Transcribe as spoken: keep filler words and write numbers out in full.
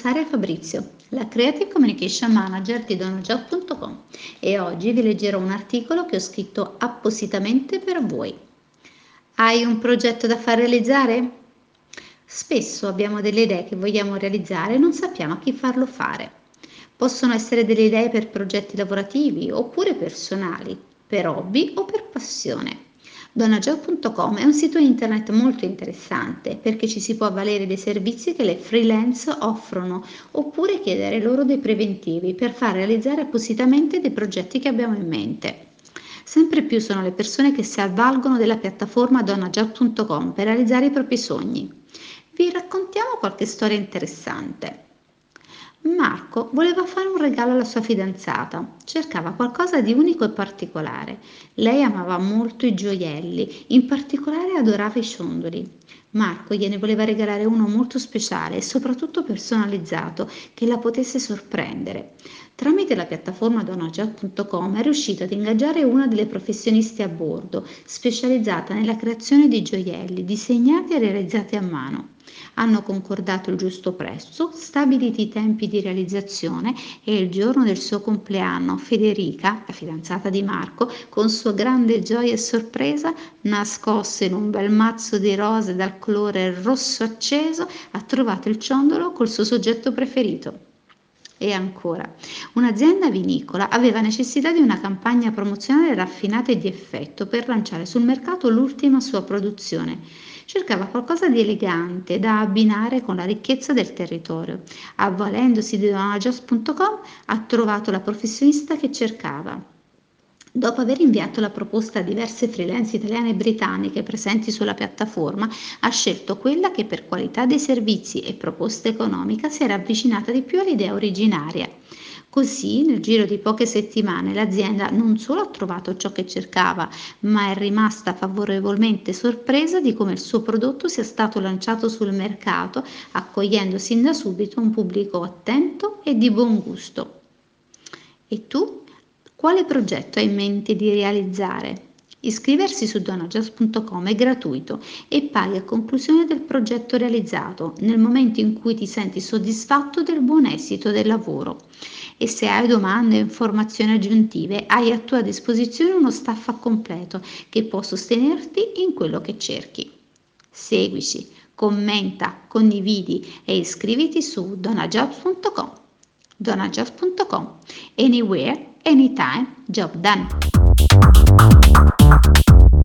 Sara Fabrizio, la Creative Communication Manager di Donajob punto com e oggi vi leggerò un articolo che ho scritto appositamente per voi. Hai un progetto da far realizzare? Spesso abbiamo delle idee che vogliamo realizzare e non sappiamo a chi farlo fare. Possono essere delle idee per progetti lavorativi oppure personali, per hobby o per passione. Donajob punto com è un sito internet molto interessante perché ci si può avvalere dei servizi che le freelance offrono oppure chiedere loro dei preventivi per far realizzare appositamente dei progetti che abbiamo in mente. Sempre più sono le persone che si avvalgono della piattaforma Donajob punto com per realizzare i propri sogni. Vi raccontiamo qualche storia interessante. Marco voleva fare un regalo alla sua fidanzata, cercava qualcosa di unico e particolare. Lei amava molto i gioielli, in particolare adorava i ciondoli. Marco gliene voleva regalare uno molto speciale e soprattutto personalizzato che la potesse sorprendere. Tramite la piattaforma Donajob punto com è riuscito ad ingaggiare una delle professioniste a bordo, specializzata nella creazione di gioielli disegnati e realizzati a mano. Hanno concordato il giusto prezzo, stabiliti i tempi di realizzazione e il giorno del suo compleanno Federica, la fidanzata di Marco, con sua grande gioia e sorpresa, nascosta in un bel mazzo di rose dal colore rosso acceso, ha trovato il ciondolo col suo soggetto preferito. E ancora, un'azienda vinicola aveva necessità di una campagna promozionale raffinata e di effetto per lanciare sul mercato l'ultima sua produzione. Cercava qualcosa di elegante da abbinare con la ricchezza del territorio. Avvalendosi di Donajob punto com ha trovato la professionista che cercava. Dopo aver inviato la proposta a diverse freelance italiane e britanniche presenti sulla piattaforma, ha scelto quella che per qualità dei servizi e proposta economica si era avvicinata di più all'idea originaria. Così, nel giro di poche settimane, l'azienda non solo ha trovato ciò che cercava, ma è rimasta favorevolmente sorpresa di come il suo prodotto sia stato lanciato sul mercato, accogliendo sin da subito un pubblico attento e di buon gusto. E tu? Quale progetto hai in mente di realizzare? Iscriversi su Donajob punto com è gratuito e paghi a conclusione del progetto realizzato, nel momento in cui ti senti soddisfatto del buon esito del lavoro. E se hai domande o informazioni aggiuntive, hai a tua disposizione uno staff completo che può sostenerti in quello che cerchi. Seguici, commenta, condividi e iscriviti su Donajob punto com. Donajob punto com. Anywhere, anytime, job done.